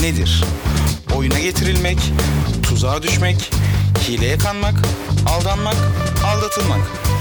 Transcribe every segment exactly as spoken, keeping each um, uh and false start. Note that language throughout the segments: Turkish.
nedir? Oyuna getirilmek, tuzağa düşmek, hileye kanmak, aldanmak, aldatılmak.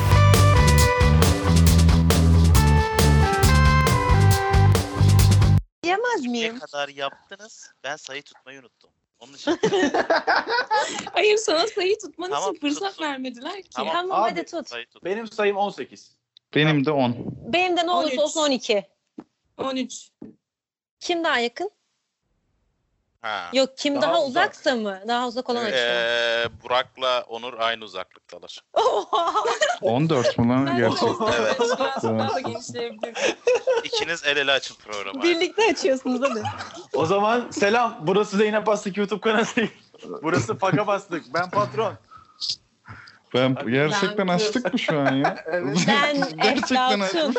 Yemez Ne miyim? kadar yaptınız? Ben sayı tutmayı unuttum. Onun için Hayır, sana sayı tutman Tamam, için fırsat tutsun. vermediler ki. Tamam. Tamam Abi, hadi tut. sayı tut. Benim sayım on sekiz. Benim de on. Benim de ne olursa on üç. olsun on iki. on üç. Kim daha yakın? Ha. Yok kim daha, Daha uzaksa mı? Daha uzak olan açıyor. Ee, Burak'la Onur aynı uzaklıktalar. on dört mu lan Ben gerçekten? Evet. Biraz daha da genişleyebilirim. İkiniz el ele açın programı. Birlikte açıyorsunuz hadi. O zaman selam. Burası Zeynep Bastık YouTube kanalı. Burası Paka Bastık. Ben patron. Ben gerçekten Ben- açtık mı şu an ya? Evet. Ben Gerçekten Eflatun.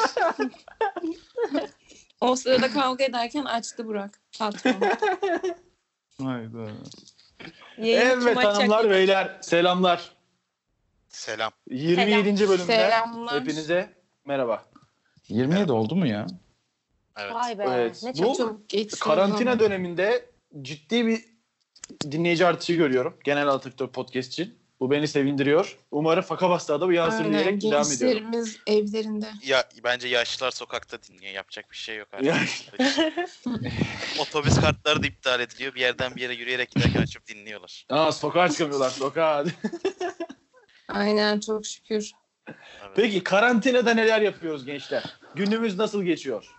O sırada kavga ederken açtı Burak. Patron. Hayda. Yayını kim Evet açacak? hanımlar beyler selamlar. Selam. yirmi yedinci bölümde Selamlar. hepinize merhaba. yirmi yedi oldu mu ya? Evet. Vay be. Evet. Ne Bu- çok. Çok geç. Karantina döneminde ciddi bir dinleyici artışı görüyorum. Genel Atatürk Podcast için. Bu beni sevindiriyor. Umarım Faka Bastık'a da bu yansır Aynen, diyerek devam ediyorum. gençlerimiz evlerinde. Ya bence yaşlılar sokakta dinliyor. Yapacak bir şey yok Ya- artık. Otobüs kartları da iptal ediliyor. Bir yerden bir yere yürüyerek giderken açıp dinliyorlar. Aa, sokağa çıkamıyorlar sokağa. Aynen, çok şükür. Evet. Peki karantinada neler yapıyoruz gençler? Günümüz nasıl geçiyor?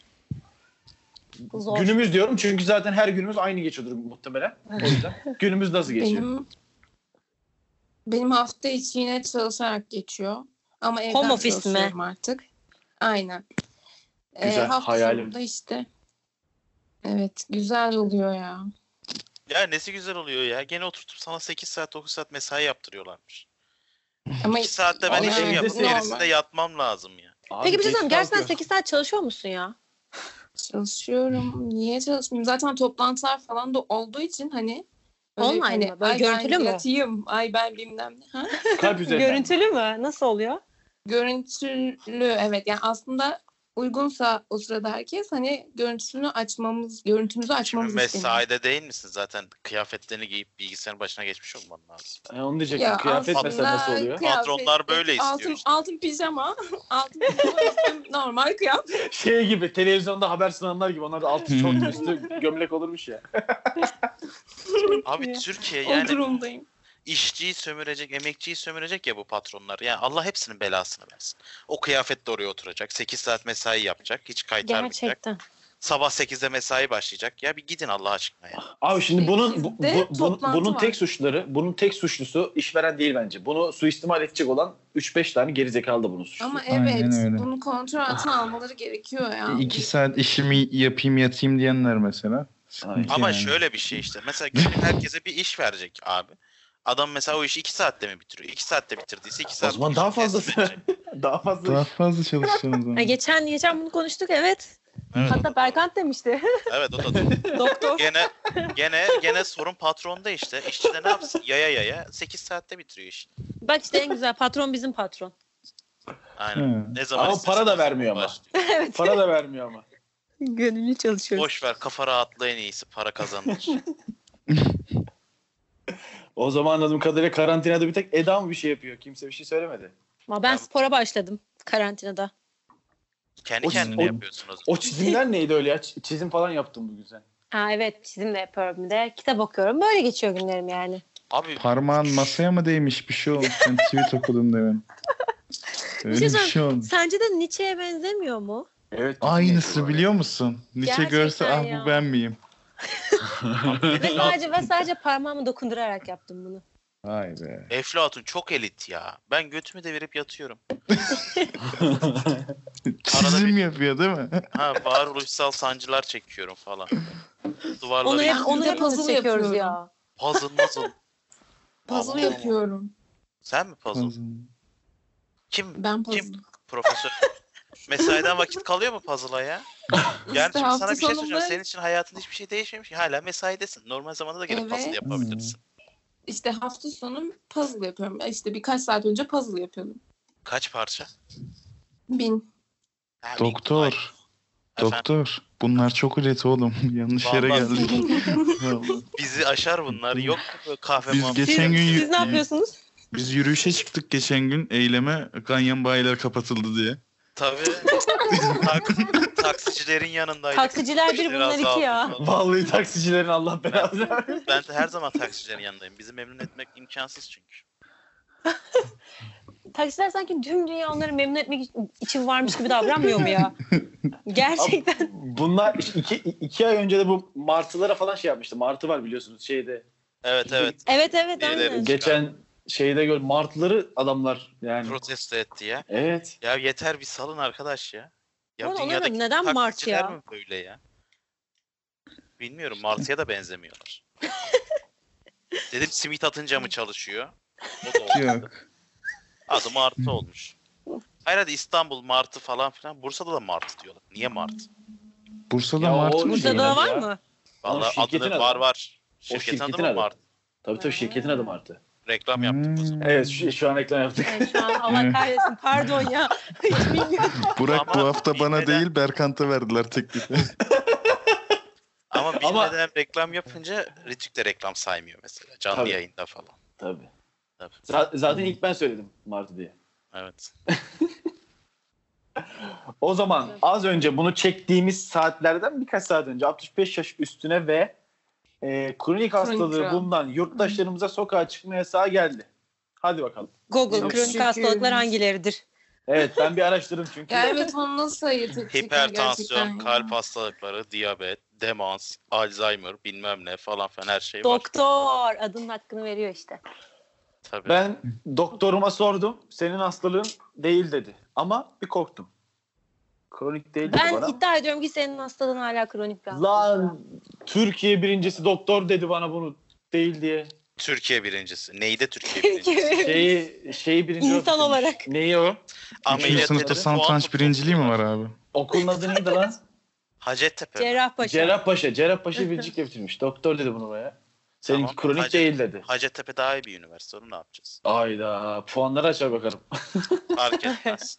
Zor. Günümüz diyorum çünkü zaten her günümüz aynı geçiyordur muhtemelen. O yüzden günümüz nasıl geçiyor? Benim benim hafta içi yine çalışarak geçiyor. Ama evden Home office mi? çalışıyorum artık. Aynen. Güzel, hafta hayalim. sonunda işte. Evet, güzel oluyor ya. Ya nesi güzel oluyor ya. Gene oturtup sana sekiz saat dokuz saat mesai yaptırıyorlarmış. Ama iki saatte ben Ama işimi yapıp evdesin. gerisinde yatmam lazım ya. Abi Peki bir şey geç söyleyeyim. Gerçekten kalkıyor. sekiz saat çalışıyor musun ya? çalışıyorum. Niye çalışmayayım? Zaten toplantılar falan da olduğu için hani öyle Online hani, mi? Böyle ay görüntülü ben mü? yatayım, ay ben bilmem ne. Ha? Kalp üzerinden. Görüntülü mü? Nasıl oluyor? Görüntülü, evet, yani aslında uygunsa o sırada herkes hani görüntüsünü açmamız, görüntümüzü Şimdi açmamız isteniyor. mesaide değil misin zaten? Kıyafetlerini giyip bilgisayarın başına geçmiş olman lazım. E, onu diyecektim. Ya Kıyafet aslında mesela nasıl oluyor? kıyafet- Patronlar böyle istiyor altın, işte. altın pijama, altın pijama üstüm normal kıyafet. Şey gibi televizyonda haber sunanlar gibi. Onlar da altı şort üstü gömlek olurmuş ya. Abi Türkiye O yani durumdayım. işçiyi sömürecek, emekçiyi sömürecek ya bu patronlar. Yani Allah hepsinin belasını versin. O kıyafetle oraya oturacak. sekiz saat mesai yapacak. Hiç kaytarmayacak. Gerçekten. Sabah sekizde mesai başlayacak. Ya bir gidin Allah aşkına ya. Abi şimdi bunun bu, Sekizde bu- bu- toplantı bunun var. tek suçları, bunun tek suçlusu işveren değil bence. Bunu suistimal edecek olan üç beş tane gerizekalı da bunu suçluyor. Ama Aynen evet, öyle. bunu kontrol altına almaları gerekiyor ya. İki saat işimi yapayım yatayım diyenler mesela. Sıkıntı Ama yani. şöyle bir şey işte. Mesela günlük herkese bir iş verecek abi. Adam mesela o işi iki saatte mi bitiriyor? iki saatte bitirdiyse iki O saat. zaman bu daha işi teslim fazlası. edecek. Daha fazla. Daha fazla çalışacaksın o zaman. Ha, geçen geçen bunu konuştuk evet. Evet, Hatta Berkant demişti. evet o da Doktor. gene gene gene sorun patronda işte. İşçi de ne yapsın? Yaya yaya sekiz saatte bitiriyor işini. Bak işte en güzel patron bizim patron. Aynen. Hı. Ne zaman Ama istese para da o zaman vermiyor ama. başlıyor. Evet. Para da vermiyor ama. Gönüllü çalışıyoruz. Boş ver, kafa rahatlığı en iyisi, para kazanır. O zaman anladığım kadarıyla karantinada bir tek Eda mı bir şey yapıyor? Kimse bir şey söylemedi. Ama ben Ben- spora başladım karantinada. Kendi O- kendine o- yapıyorsun o zaman. O çizimler neydi öyle ya? Ç- Çizim falan yaptın bugün sen. Ha evet çizim de yapıyorum bir de. Kitap okuyorum. Böyle geçiyor günlerim yani. Abi Parmağın masaya mı değmiş bir şey oldu? Ben tweet okudum demin. Öyle şey bir şey söyleyeyim. oldu. Sence de Nietzsche'ye benzemiyor mu? Evet. Aynısı biliyor musun? Nietzsche Gerçekten görse ah ya. bu ben miyim? ve sadece ve sadece parmağımı dokundurarak yaptım bunu. Vay be. Eflatun çok elit ya. Ben götümü devirip yatıyorum. Çizim bir- yapıyor değil mi? Ha varoluşsal sancılar çekiyorum falan. Duvarları Onu hep Ben onu bir de hepimiz puzzle çekiyoruz yapıyorum. ya. puzzle puzzle. Puzzle Allah. yapıyorum. Sen mi puzzle? Kim? Ben puzzle. Kim? Profesör. Mesaiden vakit kalıyor mu puzzle'a ya? Yani İşte şimdi hafta sana bir şey söyleyeceğim. sonunda- Senin için hayatında hiçbir şey değişmemiş ki. Hala mesaidesin. Normal zamanda da gelip Evet. puzzle yapabilirsin. İşte hafta sonu puzzle yapıyorum. İşte birkaç saat önce puzzle yapıyordum. Kaç parça? Bin. Ha, Doktor. Efendim? Doktor. Bunlar çok üreti oğlum. Yanlış yere Vallahi- geldik. Vallahi. Bizi aşar bunlar. Yok mu böyle kahve Biz muhabbeti? geçen gün Siz ne yapıyorsunuz? biz yürüyüşe çıktık geçen gün eyleme ganyan bayiler kapatıldı diye. Tabii. Tak- taksicilerin yanındaydık. Taksiciler bir, Müşteri bunlar iki azaldı ya. falan. Vallahi taksicilerin Allah belanı versin. Ben de her zaman taksicilerin yanındayım. Bizi memnun etmek imkansız çünkü. Taksiler sanki tüm dünya onları memnun etmek için varmış gibi davranmıyor mu ya? Gerçekten. Bunlar iki, iki ay önce de bu martılara falan şey yapmıştı. Martı var biliyorsunuz şeyde. Evet evet. Evet evet Birileri- aynen. Geçen şeyde gör martıları adamlar yani. Protesto etti ya. Evet. Ya yeter bir salın arkadaş ya. Ya Oğlum, onlar dünyadaki neden martı taksiciler ya? mi böyle ya? Bilmiyorum. Martıya da benzemiyorlar. Dedim simit atınca mı çalışıyor? O da olmadı. Yok. Adı Martı olmuş. Hayır hadi İstanbul Martı falan filan. Bursa'da da Martı diyorlar. Niye Martı? Bursa'da Ya Mart o- mı? Bursa'da Şeyler var ya. mı? Vallahi şirketin adını adı. var var. O Şirketin, şirketin adı mı adı. Martı? Tabii tabii şirketin adı Martı. Reklam yaptık o zaman. Hmm. Evet şu, şu an reklam yaptık. Ay, şu an Allah kahretsin pardon ya. Hiç bilmiyorum. Burak Ama bu hafta bana bilmeden- değil Berkant'a verdiler teklifi. Ama Ama- bilmeden reklam yapınca Ritük de reklam saymıyor mesela. Canlı Tabii. yayında falan. Tabii. Tabii. Z- zaten ilk ben söyledim Martı diye. Evet. O zaman az önce bunu çektiğimiz saatlerden birkaç saat önce altmış beş yaş üstüne ve e, kronik hastalığı Kronik. bulunan yurttaşlarımıza sokağa çıkma yasağı geldi. Hadi bakalım. Google Çok kronik şükür. hastalıklar hangileridir? Evet ben bir araştırdım çünkü. Ya evet onu nasıl ayırt edecekler Hipertansiyon, gerçekten kalp ya. hastalıkları, diyabet, demans, Alzheimer bilmem ne falan filan her şey var. Doktor adının hakkını veriyor işte. Tabii. Ben doktoruma sordum. Senin hastalığın değil dedi. Ama bir korktum. Kronik değil dedi Ben bana. iddia ediyorum ki senin hastalığın hala kronik bir hastalık. Lan Türkiye birincisi doktor dedi bana bunu değil diye. Türkiye birincisi. Neydi Türkiye birincisi? Şeyi, şeyi birinci İnsan öğretmenmiş. olarak. Neyi o? Üçüncü Ameliyat sınıfta ederim, puan satranç mı birinciliği mi var topluyorlar? abi? Okulun adı neydi lan? Hacettepe. mi? Cerrahpaşa. Cerrahpaşa. Cerrahpaşa birincilikle bitirmiş. Doktor dedi bunu bana. Seninki Tamam, kronik Hacet- değil dedi. Hacettepe daha iyi bir üniversite. Onu ne yapacağız? Ayda puanları açar bakarım. Fark etmez.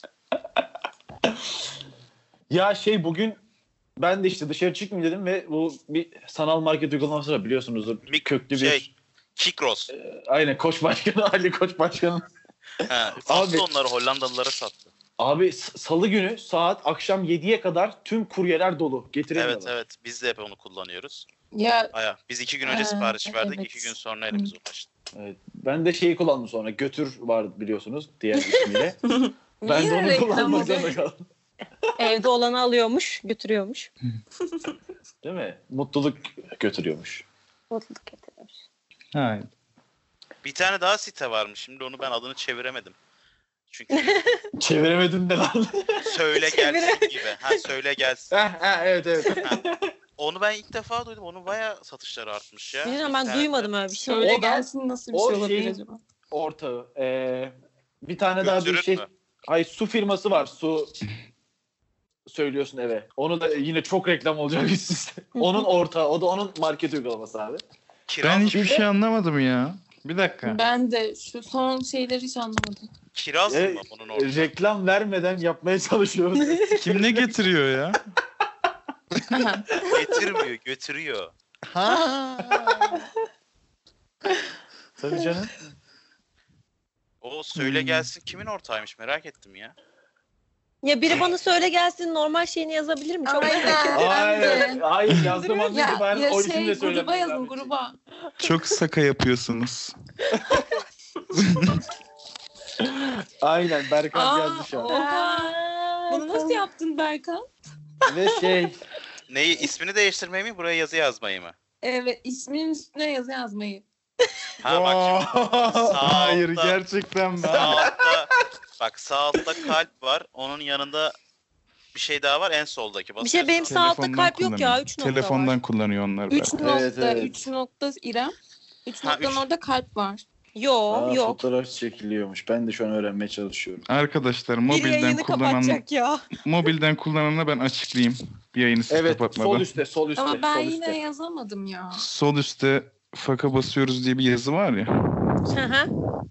Ya şey bugün ben de işte dışarı çıkmayayım dedim ve bu bir sanal market uygulaması var biliyorsunuzdur. Bir Köklü şey, bir Kikros. aynen Koç Başkanı Ali Koç Başkanı. Ha, sattı Abi- onları Hollandalılara sattı. Abi s- salı günü saat akşam yediye kadar tüm kuryeler dolu. Getiremiyorlar. Evet evet. Biz de hep onu kullanıyoruz. Ya Aya, biz iki gün önce Ee, sipariş verdik. evet. iki gün sonra elimize ulaştı. Evet. Ben de şeyi kullandım sonra. Götür var biliyorsunuz diğer ismiyle. ben de Niye onu reklam kullanmak oluyor? zorunda kaldım. Evde olanı alıyormuş, götürüyormuş. Değil mi? Mutluluk götürüyormuş. Mutluluk getiriyormuş. Hayır. Bir tane daha site varmış. Şimdi onu ben adını çeviremedim. Çünkü Çeviremedim de lan. söyle gelsin gibi. Ha söyle gelsin. ha, ha, evet evet. Onu ben ilk defa duydum. Onun bayağı satışları artmış ya. Bilmiyorum ben İnternette. duymadım öyle bir şey. şöyle O da- gelsin nasıl bir o şey olabilir şeyin- acaba? Ortağı. Ee, bir tane daha bir Götürür şey. mü? Ay su firması var. Su söylüyorsun eve. Onu da yine çok reklam olacak bir sistem. Onun ortağı. O da onun market uygulaması abi. Kiraz, Ben hiçbir Bir de- şey anlamadım ya. Bir dakika. Ben de şu son şeyleri hiç anlamadım. kiraz E, mı bunun ortağı? reklam vermeden yapmaya çalışıyoruz. Kim ne getiriyor ya? Getirmiyor, götürüyor. Tabii canım. O söyle Hmm. gelsin kimin ortağıymış merak ettim ya. Ya biri bana söyle gelsin normal şeyini yazabilir mi? Çok merak Aynen. ediyorum. Hayır, hayır yazdım az Ya, önce ben ya o isimle şey gruba söylemem yazın lazım. gruba. Çok saka yapıyorsunuz. Aynen Berkan Aa, yazdı şu an. o- Aa, Bunu nasıl yaptın Berkan? Ve şey Neyi ismini değiştirmeyi mi buraya yazı yazmayı mı? Evet isminin üstüne yazı yazmayı. Ha bak şimdi sağ Hayır altta- gerçekten sağ ben. altta bak sağ altta kalp var. Onun yanında bir şey daha var en soldaki. Bir şey benim Basıyorsun. sağ altta Telefondan kalp yok ya. kullanıyor. Üç nokta Telefondan var. kullanıyor onlar. Üç belki. nokta, Evet, evet. üç nokta İrem. Üç Ha, noktanın üç. orada kalp var. Yok Aa, yok. fotoğraf çekiliyormuş. Ben de şu an öğrenmeye çalışıyorum. Arkadaşlar Biri mobilden yayını kullanan kapatacak ya. mobilden kullanana ben açıklayayım. Bir yayını siz Evet, kapatmadan. sol üstte, sol üstte, Ama ben sol yine üstte. yazamadım ya. Sol üstte faka basıyoruz diye bir yazı var ya. Hı hı.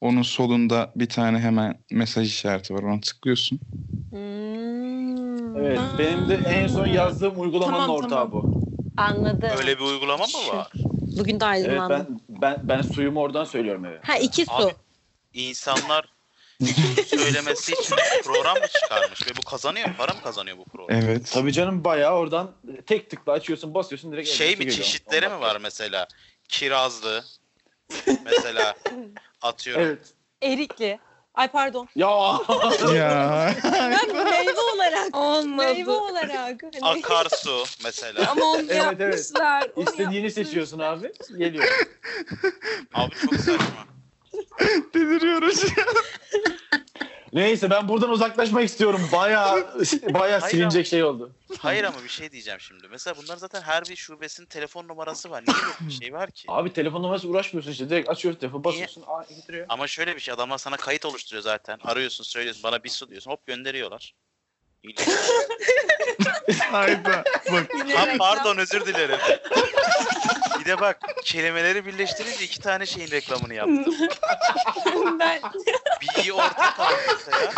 Onun solunda bir tane hemen mesaj işareti var. Ona tıklıyorsun. Hmm. Evet, Aa. benim de en son yazdığım uygulamanın Tamam, ortağı tamam. bu. Anladım. Öyle bir uygulama mı var? Bugün de Evet, aydınlandım. ben ben ben suyumu oradan söylüyorum eve. Ha iki su. Abi insanlar söylemesi için program mı çıkarmış ve bu kazanıyor? Para mı kazanıyor bu program? Evet. Tabii canım, bayağı oradan tek tıkla açıyorsun, basıyorsun direkt. Şey evdeki mi, geliyor. çeşitleri mi var mesela? Kirazlı mesela, atıyorum. Evet. Erikli. Ay pardon. Ya Ya. Ben meyve olarak. Olmadı. Meyve olarak. Hani... Akarsu mesela. Ama onu Evet, evet. yapmışlar. onu istediğini yapmışlar. seçiyorsun abi. Geliyor. Abi çok saçma. Deliriyoruz ya. Neyse, ben buradan uzaklaşmak istiyorum. Bayağı bayağı Hayır silinecek şey oldu. Hayır ama bir şey diyeceğim şimdi. Mesela bunlar zaten her bir şubesinin telefon numarası var. Niye böyle bir şey var ki? Abi telefon numarası uğraşmıyorsun işte. Direkt açıyorsun telefonu, basıyorsun. Aa, getiriyor. Ama şöyle bir şey, adamlar sana kayıt oluşturuyor zaten. Arıyorsun, söylüyorsun, bana bir su diyorsun, hop gönderiyorlar. İlginç. Hayda. Bak. Yine Ha, reklam. pardon, özür dilerim. Bir de bak, kelimeleri birleştirince iki tane şeyin reklamını yaptım. Ben Bilgi ortak aldı mesela.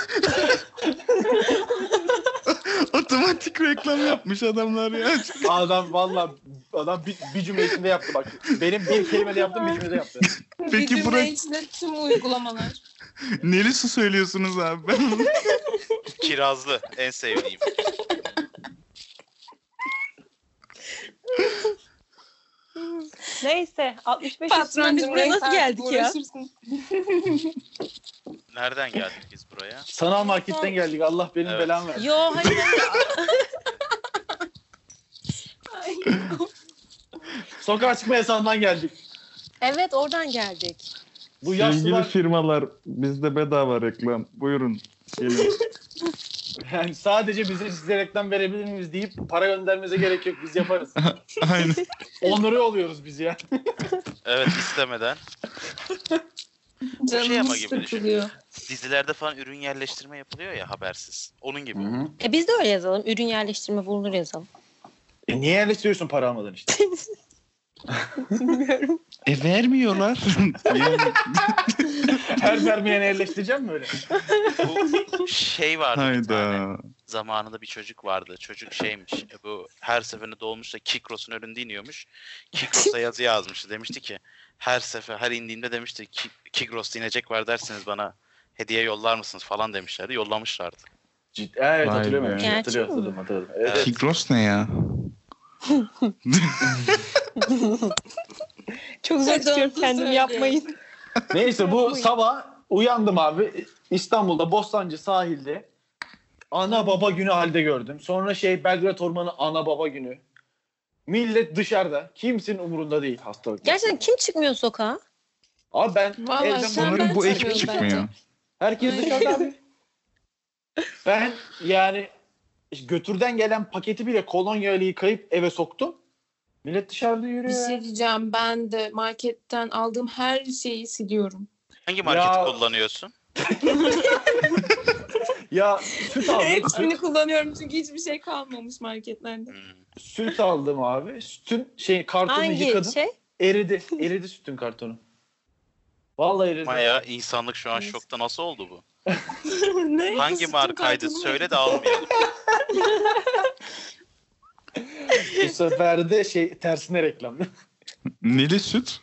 Otomatik reklam yapmış adamlar ya. Adam valla adam bir, bir cümle içinde yaptı bak. Benim bir kelimeyle yaptım, bir cümlede yaptı. Peki bir cümle buraya- içinde tüm uygulamalar. Neli su söylüyorsunuz abi? Ben onu- Kirazlı, en sevdiğim. Neyse altmış beş üstünden biz Patroncum, buraya nasıl renk geldik ya? uğraşırsın. Nereden geldik biz buraya? Sanal marketten geldik. Allah benim Evet. belamı versin. Yo hayır. Ay. Sokağa çıkma yasağından geldik. Evet oradan geldik. Bu Sevgili yaşlılar firmalar bizde bedava reklam. Buyurun. Gelin. yani sadece bize size reklam verebilir miyiz deyip para göndermenize gerek yok. Biz yaparız. Aynen. Onları oluyoruz biz ya. Evet, istemeden. şey ama Canımız gibi düşün. sıkılıyor. Dizilerde falan ürün yerleştirme yapılıyor ya, habersiz. Onun gibi. E biz de öyle yazalım. Ürün yerleştirme bulunur yazalım. E niye yerleştiriyorsun para almadan işte? Bilmiyorum. E vermiyorlar. Yani Her vermeyene yerleştireceğim mi öyle? Bu şey vardı bir tane. hayda. Zamanında bir çocuk vardı. Çocuk şeymiş. e, Bu her seferinde dolmuşsa Kikros'un önünde iniyormuş. Kikros'a yazı yazmıştı. Demişti ki her sefer her indiğimde demişti ki Kikros'ta inecek var derseniz bana hediye yollar mısınız falan demişlerdi. Yollamışlardı. Ciddi. Evet, Vay hatırlıyorum. be. öyle bir şey. Gerçek Hatırlıyorum, mi? hatırladım, hatırladım. Evet. Evet. Kikros ne ya? Çok zor Hadi tutuyorum onu kendimi söyle. yapmayın. Neyse, bu sabah uyandım abi. İstanbul'da Bostancı sahilde ana baba günü halde gördüm. Sonra şey Belgrad Ormanı ana baba günü. Millet dışarıda. Kimsenin umurunda değil hastalık. Gerçekten kim çıkmıyor sokağa? Abi ben Vallahi evden sen Sanırım ben bu ekip çıkmıyorum çıkmıyor. bence. herkes Aynen. dışarıda abi. Ben yani götürden gelen paketi bile kolonya ile yıkayıp eve soktum. Millet dışarıda Bir yürüyor. şey diyeceğim. Ben de marketten aldığım her şeyi siliyorum. Hangi marketi Ya- kullanıyorsun? Ya süt aldım. süt, Hepsini kullanıyorum çünkü hiçbir şey kalmamış marketlerde. Hmm. süt aldım abi. Sütün şey kartonu Hangi yıkadım. şey? Eridi. Eridi sütün kartonu. Vallahi eridi. Maya, insanlık şu an şokta, nasıl oldu bu? Ne? Hangi Sütün markaydı kartonu mu? söyle de almayalım. Bu sefer de şey tersine reklam. Neli süt?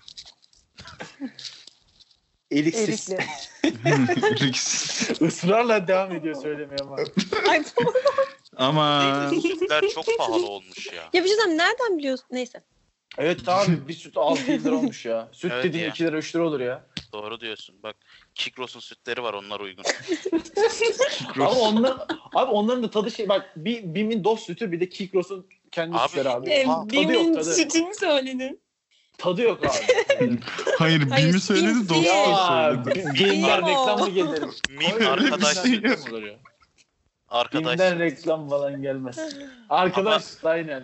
Eliksiz. Erikli. Riksiz. Israrla devam ediyor söylemeye ama. Ay, Ama Değil de sütler çok pahalı olmuş ya. ya bir şey diyeceğim, nereden biliyorsun? Neyse. Evet abi, bir süt altı lira olmuş ya. Süt Evet dediğin ya. iki lira üç lira olur ya. Doğru diyorsun. Bak, Kikros'un sütleri var, onlar uygun. Abi, onlar, abi onların da tadı şey bak, bir Bim'in dost sütü, bir de Kikros'un kendi Abi, sütleri abi. E, Ha, tadı yok Bim'in tadı. sütünü söyledin. Tadı yok abi. hayır, Hayır, Bim'i söyledi, Bim dostu Ya söyledi. Bim'den Bim o. reklam mı gelir? Mim arkadaş, şey yok. arkadaş Bim'den reklam falan gelmez. Arkadaş aynen.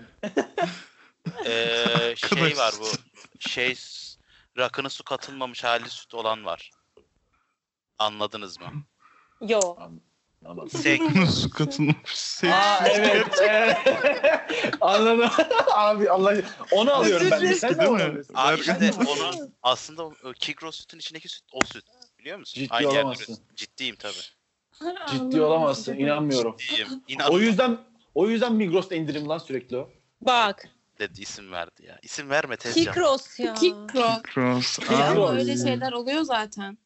eee, şey Arkadaş. var bu. Şey s- rakını su katılmamış hali süt olan var. Anladınız mı? Yo. Ama- Sek. Su katılmamış. Sek. Aa evet. evet. Anladım. Abi Allah, onu alıyorum ben. de. Sen de Değil onu mi? alıyorsun. Abi işte onu aslında o Kikros sütün içindeki süt o süt. Biliyor Biliyor musun? Ciddi Aynı yerde olamazsın. üretiyor. Ciddiyim tabii. Ciddi olamazsın. inanmıyorum. Ciddiyim. İnan O yüzden o yüzden Migros'ta indirim lan sürekli o. Bak. dedi isim verdi ya. İsim verme Tezcan. Kikros ya. Kikro. Cross. Ya Kikro. öyle şeyler oluyor zaten.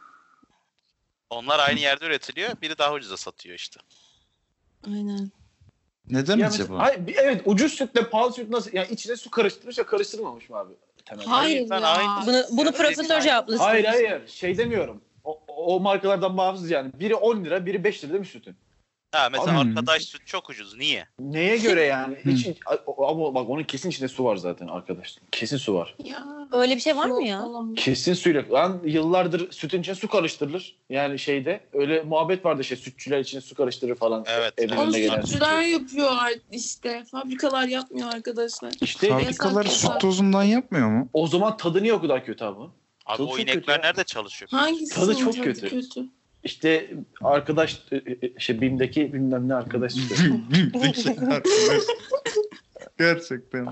Onlar aynı yerde üretiliyor. Biri daha ucuza satıyor işte. Aynen. Neden Ya acaba? mesela- hayır, bir- evet ucuz sütle pahalı süt nasıl? Yani içine su karıştırmış ya karıştırmamış mı abi? Temel. Hayır ben ya. aynı- Bunu, bunu Ya, profesör aynı- cevaplasın. Hayır hayır şey demiyorum. O, o markalardan bağımsız yani. Biri on lira, biri beş lira değil mi sütün? Ha mesela Abi- arkadaş süt çok ucuz. Niye? Neye göre yani? Hı. İç, ama bak onun kesin içinde su var zaten arkadaş. Kesin su var. Ya. Öyle bir şey var mı ya? Olamaz. Kesin suyla. Lan yıllardır sütün içine su karıştırılır. Yani şeyde öyle muhabbet vardı şey sütçüler içine su karıştırır falan. Evet, Evin evet. Onu önüne gelen. sütçüler yapıyor işte. Fabrikalar yapmıyor arkadaşlar. İşte Fabrikalar yasak, süt yasak. tozundan yapmıyor mu? o zaman tadı niye o kadar kötü abi? Abi Tadı o çok inekler kötü ya. nerede çalışıyor? Hangisi Tadı çok olacak kötü. kötü? İşte arkadaş e, e, şey BİM'deki bilmem ne arkadaş sütü. Bim'deki arkadaş. Gerçekten.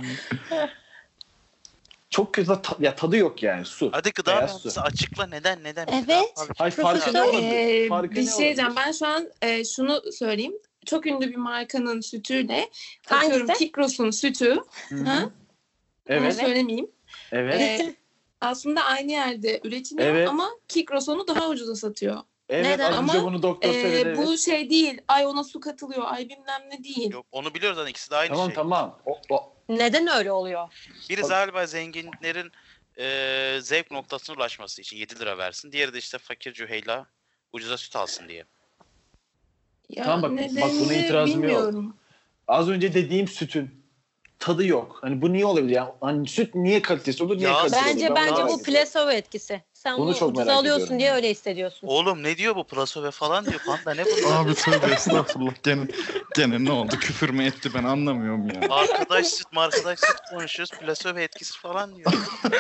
Çok kötü ta- ya tadı yok yani su. Hadi gıda Beyaz mühendisi su. açıkla neden neden? Evet. Gıda fabrikası- Hayır farkı ne Profesör- olabilir? Ee, Farkı bir ne şey olabilir? diyeceğim. Ben şu an e, şunu söyleyeyim. Çok ünlü bir markanın sütüyle atıyorum Hangisi? Kikros'un sütü. Hı hı. Ha? Onu Evet. söylemeyeyim. Evet. Ee, aslında aynı yerde üretiliyor Evet. ama Kikros onu daha ucuza satıyor. Evet Neden? az önce Ama, bunu doktor Ee, söyledi. evet. bu şey değil. Ay ona su katılıyor. Ay bilmem ne değil. Yok onu biliyoruz zaten ikisi de aynı Tamam şey. tamam. O, o, Neden öyle oluyor? Biri galiba zenginlerin e, zevk noktasına ulaşması için yedi lira versin. Diğeri de işte fakir cüheyla ucuza süt alsın diye. Ya Tamam bak- nedenini bak buna itirazım yok. bilmiyorum. az önce dediğim sütün tadı yok. Hani bu niye olabilir? Yani hani süt niye kalitesi olur? Niye Ya kalitesi olur? Bence Ben bence merak bu ediyorum. placebo etkisi. Sen Bunu bunu, çok ucuza merak alıyorsun ediyorum diye yani. öyle hissediyorsun. Oğlum ne diyor bu plasove falan diyor. Panda ne bu? Abi tövbe estağfurullah. Gene, gene ne oldu? Küfür mü etti ben anlamıyorum ya. Arkadaş süt markadaş süt konuşuyoruz. Plasove etkisi falan diyor.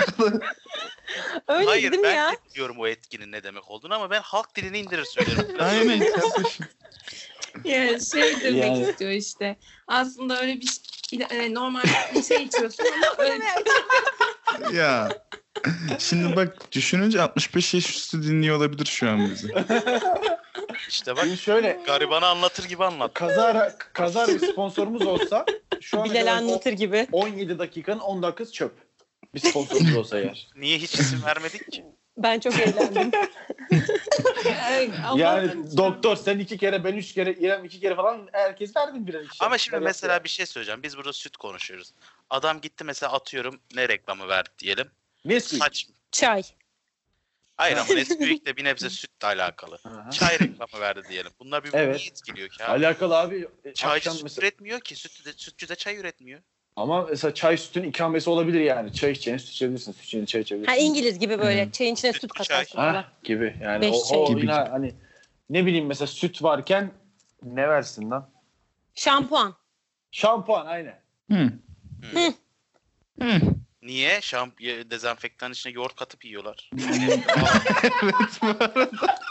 Öyle Hayır değil mi ben ya? de biliyorum o etkinin ne demek olduğunu ama ben halk dilini indirir söylerim. Aynen kardeşim. Ya şey demek Yani. istiyor işte. Aslında öyle bir şey, e, normal bir şey içiyorsun ama öyle Ya. Şimdi bak düşününce altmış beş yaş üstü dinliyor olabilir şu an bizi. İşte bak Şimdi şöyle garibanı anlatır gibi anlat. kazara kazar bir sponsorumuz olsa şu an Bilal anlatır gibi. on yedi dakikanın on dakikası çöp. Bir sponsorumuz olsa eğer. Niye hiç isim vermedik ki? Ben çok eğlendim. Ay, Allah'tan Yani doktor sen iki kere ben üç kere İrem iki kere falan herkes verdin birer ikişer. Ama şimdi Ben mesela yaptım. bir şey söyleyeceğim. Biz burada süt konuşuyoruz. Adam gitti mesela atıyorum ne reklamı verdi diyelim. Nesquik. Saç. Çay. Hayır ama Nesquik de bir nebze sütle alakalı. Aha. Çay reklamı verdi diyelim. Bunlar birbirini Evet. niye etkiliyor ki abi? Alakalı abi. e, Çaycı akşam süt mesela- üretmiyor ki. Sütçü de, sütçü de çay üretmiyor. Ama mesela çay sütün ikamesi olabilir yani. Çay içeceğini süt içebilirsin. Süt içeceğini çay içebilirsin. Ha İngiliz gibi böyle Hmm. çayın içine süt Sütlü katarsın çay. falan. Ha gibi yani. Beş o, çay. o Gibi yine gibi. hani ne bileyim mesela süt varken ne versin lan? Şampuan. Şampuan aynen. Hı. Hı. Hı. Niye? Şamp dezenfektan içine yoğurt katıp yiyorlar. Evet bu arada.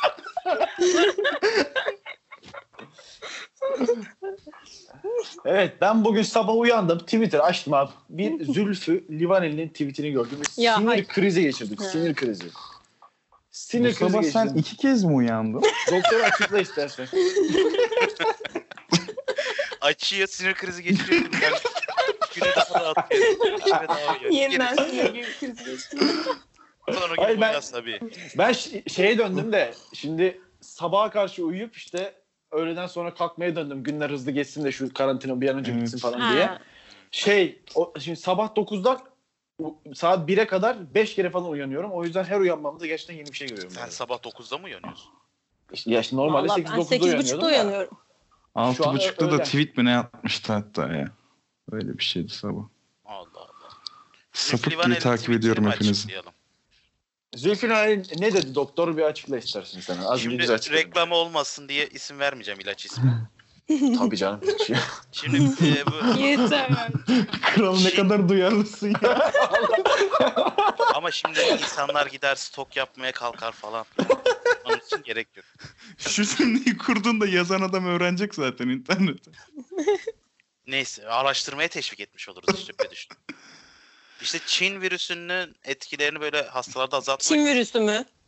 Evet ben bugün sabah uyandım. Twitter açtım abi. Bir Zülfü Livaneli'nin tweetini gördüm. Ve Ya, sinir hayır. krizi geçirdik. Ha. Sinir krizi. Bu Sinir krizi sabah sen geçirdim. iki kez mi uyandın? Doktor açıkla istersen. Açıyor sinir krizi geçiriyor. Yani güne daha da atıyor. İçine daha uyuyor. yeniden Geri- sinir gibi kriz geçti. Sonra Hayır, gibi ben- ben... tabii. Ben ş- şeye döndüm de şimdi sabaha karşı uyuyup işte öğleden sonra kalkmaya döndüm. Günler hızlı geçsin de şu karantina bir an önce Evet. bitsin falan diye. Ha. Şey o, şimdi sabah dokuzdan u- saat bire kadar beş kere falan uyanıyorum. O yüzden her uyanmamda gerçekten yeni bir şey görüyorum. Sen yani. sabah dokuzda mı uyanıyorsun? İşte- Ya işte normalde Vallahi sekiz ben dokuzda sekiz uyanıyordum buçukta da. uyanıyorum. Altı Şu an buçukta da öyle. tweet mi ne atmıştı hatta ya. Öyle bir şeydi sabah. Allah Allah. Sapık gibi Livaneli takip tweetini ediyorum mi hepinizi. açıklayalım? Zülfü Livaneli ne dedi? Doktor bir açıkla istersin sen. Az önce Şimdi güzel açıkladın. reklam olmasın diye isim vermeyeceğim ilaç ismi. Tabii canım. Şimdi e, bu Yeter. Kral ne kadar duyarlısın ya. ama şimdi insanlar gider stok yapmaya kalkar falan. Onun için gerek yok. Şu cümleyi kurduğunda yazan adam öğrenecek zaten internette. Neyse araştırmaya teşvik etmiş oluruz işte öyle düşün. İşte Çin virüsünün etkilerini böyle hastalarda azaltmak Çin virüsü mü?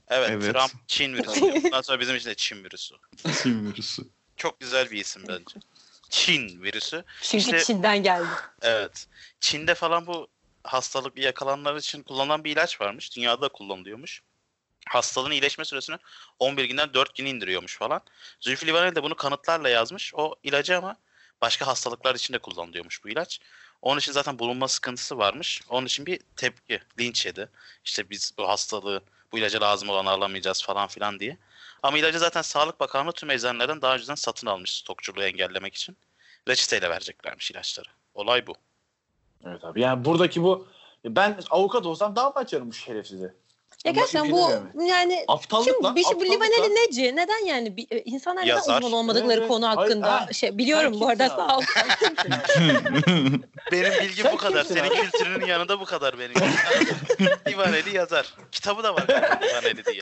Evet, Evet. Trump Çin virüsü. Bundan sonra bizim için de Çin virüsü. Çin virüsü. Çok güzel bir isim bence. Çin virüsü. Çünkü İşte- Çin'den geldi. Evet. Çin'de falan bu hastalık yakalananlar için kullanılan bir ilaç varmış. Dünyada da kullanılıyormuş. Hastalığın iyileşme süresini on bir günden dört güne indiriyormuş falan. Zülfü Livaneli de bunu kanıtlarla yazmış. O ilacı ama başka hastalıklar için de kullanılıyormuş bu ilaç. Onun için zaten bulunma sıkıntısı varmış. Onun için bir tepki, linç yedi. İşte biz bu hastalığı, bu ilaca lazım olanı alamayacağız falan filan diye. Ama ilacı zaten Sağlık Bakanlığı tüm eczanelerden daha önceden satın almış stokçuluğu engellemek için. Reçeteyle vereceklermiş ilaçları. Olay bu. Evet abi. Yani buradaki bu ben avukat olsam daha mı açarım bu şerefsizi? Ya gerçekten bu yani Aptallık kim lan. bir şey bu aptallık Livaneli lan. neci? Neden yani bir, e, insanlar neden Yazar. uzman olmadıkları Evet, konu hayır, hakkında ha. şey biliyorum Sen bu arada kimsin sağ ol. abi? Sen kimsin abi? Benim bilgim Sen bu kadar. kimsin Senin abi? kültürünün yanında bu kadar benim. Livaneli yazar. Kitabı da var Livaneli diye.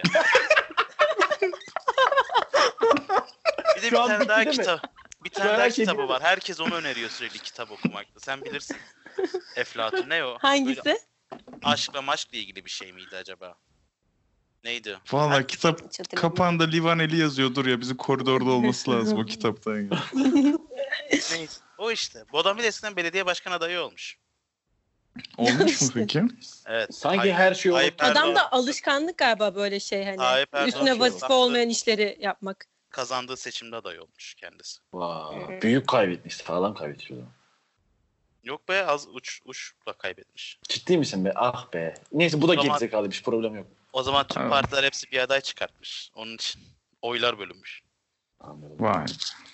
Bir de bir Şu an tane bitti daha değil mi? kitap. Bir Şu tane an daha her şey kitabı bitti. var. Herkes onu öneriyor sürekli kitap okumakta. Sen bilirsin. Eflatun ne o? Hangisi? Böyle aşkla maşkla ilgili bir şey miydi acaba? Neydi? Valla kitap Hiç hatırlamıyorum. kapağında Livaneli yazıyordur ya. Bizim koridorda olması lazım o kitaptan. ya. Neyse. O işte. Bu adam bir de eskiden belediye başkan adayı olmuş. Olmuş mu peki? Evet. Sanki Tayyip- her şey olur. Tayyip Adam Erdoğan da alışkanlık galiba böyle şey hani Tayyip Erdoğan üstüne şey vazife yaptı. olmayan işleri yapmak. kazandığı seçimde aday olmuş kendisi. Vay, büyük kaybetmiş. Sağlam kaybetmiş o zaman. Yok be az uç uçla kaybetmiş. Ciddi misin be? Ah be. Neyse bu da Tamam. gerizekalıymış. Problem yok. O zaman tüm Evet. partiler hepsi bir aday çıkartmış. Onun için oylar bölünmüş. Anladım. Vay.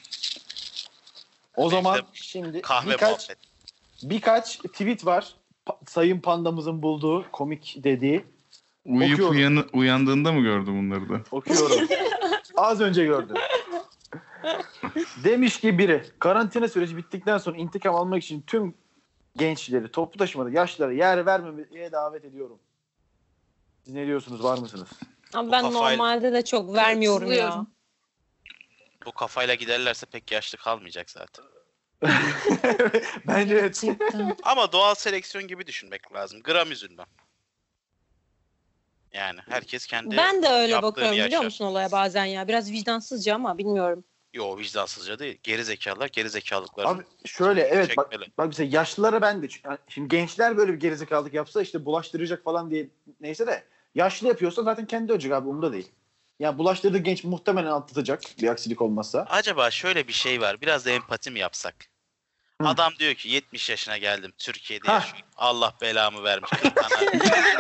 O zaman İşte şimdi Kahve birkaç muhabbet. birkaç tweet var. Pa- Sayın Pandamızın bulduğu, komik dediği. Uyuyup Okuyorum. uyanı- uyandığında mı gördün bunları da? Okuyorum. Az önce gördüm. Demiş ki biri, karantina süreci bittikten sonra intikam almak için tüm gençleri, toplu taşımada yaşlılara yer vermemeye davet ediyorum. Siz ne diyorsunuz? Var mısınız? Ama Bu ben kafayla- normalde de çok vermiyorum ya. Katılıyorum. Bu kafayla giderlerse pek yaşlı kalmayacak zaten. Bence evet. Gerçekten. Ama doğal seleksiyon gibi düşünmek lazım. Gram yüzünden. Yani herkes kendi... Ben de öyle yaptığını bakıyorum biliyor yaşar. musun olaya bazen ya. Biraz vicdansızca ama bilmiyorum. Yo vicdansızca değil. Geri zekalılar geri zekalıkları. Abi şöyle evet bak, Çekmeli. bak mesela yaşlılara ben de yani şimdi gençler böyle bir gerizekalılık yapsa işte bulaştıracak falan diye neyse de yaşlı yapıyorsa zaten kendi ölecek abi umurda değil. Yani bulaştırdığı genç muhtemelen atlatacak bir aksilik olmazsa. Acaba şöyle bir şey var. Biraz da empati mi yapsak? Hı. Adam diyor ki yetmiş yaşına geldim. Türkiye'de Hah. yaşıyorum. Allah belamı vermiş. kırk tane.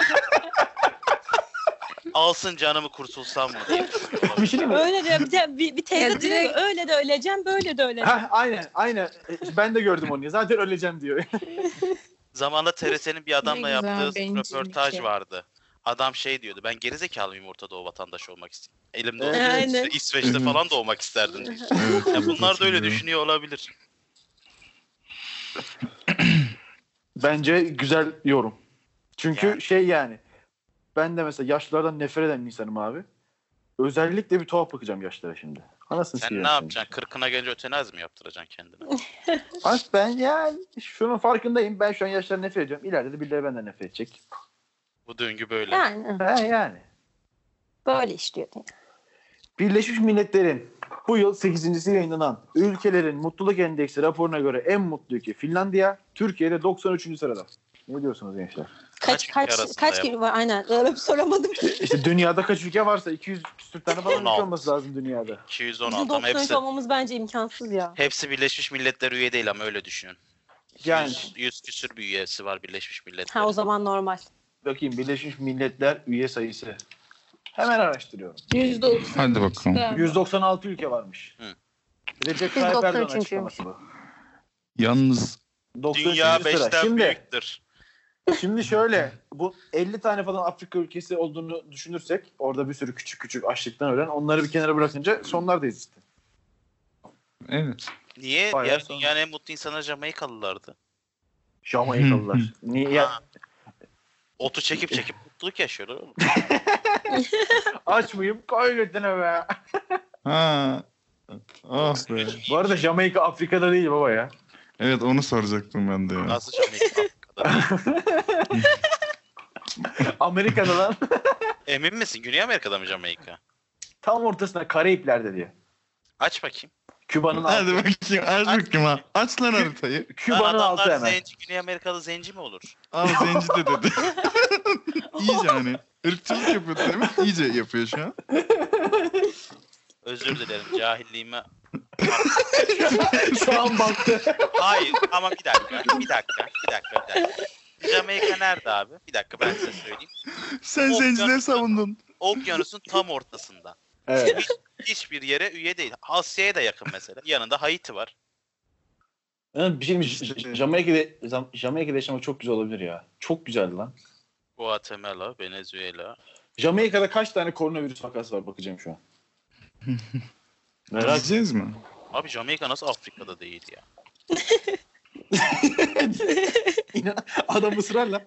Alsın canımı kurtulsam mı diye. Bir şey değil mi? Öyle de bir, de- bir, bir teyze Ya diyor ki, direkt- öyle de öleceğim böyle de öleceğim. Heh, aynen aynen. E, Ben de gördüm onu. Zaten öleceğim diyor. Zamanında T R T'nin bir adamla Ne güzel, yaptığı bencillik röportaj ya. vardı. Adam şey diyordu. Ben gerizekalı mıyım Orta Doğu vatandaşı olmak istedim. Elimde Evet. olsa Aynen. İsve- İsveç'te Evet. falan doğmak isterdim diyor. Evet, Ya evet, bunlar da öyle hatırlıyorum. düşünüyor olabilir. Bence güzel yorum. Çünkü Yani. şey yani ben de mesela yaşlılardan nefret eden bir insanım abi. Özellikle bir tuhaf bakacağım yaşlara şimdi. Anasını Sen sikeyim ne şimdi. yapacaksın? Kırkına gelince ötenaz mı yaptıracaksın kendine? Bak ben yani şunun farkındayım. Ben şu an yaşlara nefret ediyorum. İleride de birileri benden nefret edecek. Bu döngü böyle. Yani He yani. böyle işliyor. Birleşmiş Milletler'in bu yıl sekizincisi yayınlanan Ülkelerin Mutluluk Endeksi raporuna göre en mutlu ülke Finlandiya, Türkiye'de doksan üçüncü sırada. Ne diyorsunuz gençler? Kaç Kaç kaç ülke arasında kaç yap- kilo var aynen öyle bir soramadım. İşte dünyada kaç ülke varsa iki yüz küsür tane falan ülke on altı. olması lazım dünyada. iki yüz on Bizim altı ama doksan üç hepsi, olmamız bence imkansız ya. hepsi Birleşmiş Milletler üye değil ama öyle düşünün. Yani yüz, yüz küsür bir üyesi var Birleşmiş Milletler. Ha o zaman normal. bakayım Birleşmiş Milletler üye sayısı. Hemen araştırıyorum. yüzde otuz. Hadi bakalım. yüz doksan altı ülke varmış. Hı. Recep yüz Tayyip doksan Erdoğan üçüncü. açıklaması bu. Yalnız doksan üçüncü Dünya sıra. beşten Şimdi, büyüktür. şimdi şöyle bu elli tane falan Afrika ülkesi olduğunu düşünürsek orada bir sürü küçük küçük açlıktan ölen onları bir kenara bırakınca sonlardayız işte. evet. Niye? Bayağı Diğer sonra. dünyanın en mutlu insanları Jamaikalılardı. Jamaikalılar. Niye ya? Ha. Otu çekip çekip mutluluk yaşıyorlar oğlum. Aç mıyım? Koy götüne be. Ha. Ah be. Bu arada Jamaika Afrika'da değil baba ya. Evet onu soracaktım ben de ya. Nasıl Jamaika Afrika'da? Amerika'da lan. Emin misin? Güney Amerika'da mı Jamaika? Tam ortasında Karayipler'de diye. Aç bakayım. Küba'nın Hadi altı. bakayım. Aç bakayım ha. Aç lan haritayı. Lan Küba'nın altı adamlar hemen. zenci, Güney Amerikalı zenci mi olur? Al zenci de dedi. İyice hani. Irkçılık yapıyor değil mi? İyice yapıyor şu an. Özür dilerim cahilliğime. Şu an baktı. Hayır ama bir dakika, bir dakika, bir dakika, bir dakika. Jamaika nerede abi? Bir dakika ben size söyleyeyim. Sen Okyanus- zencileri savundun. Okyanusun tam ortasında. Evet. Hiç, hiçbir yere üye değil. Asya'ya da yakın mesela. Yanında Haiti var. Yani bir şey mi? J- J- Jamaika'da, Jam- Jamaika'da yaşamak çok güzel olabilir ya. Çok güzeldi lan. Guatemala, Venezuela. Jamaika'da kaç tane koronavirüs vakası var bakacağım şu an. Merak Gideceğiz mi? Abi Jamaika nasıl Afrika'da değil ya? İnan, adam ısrarla.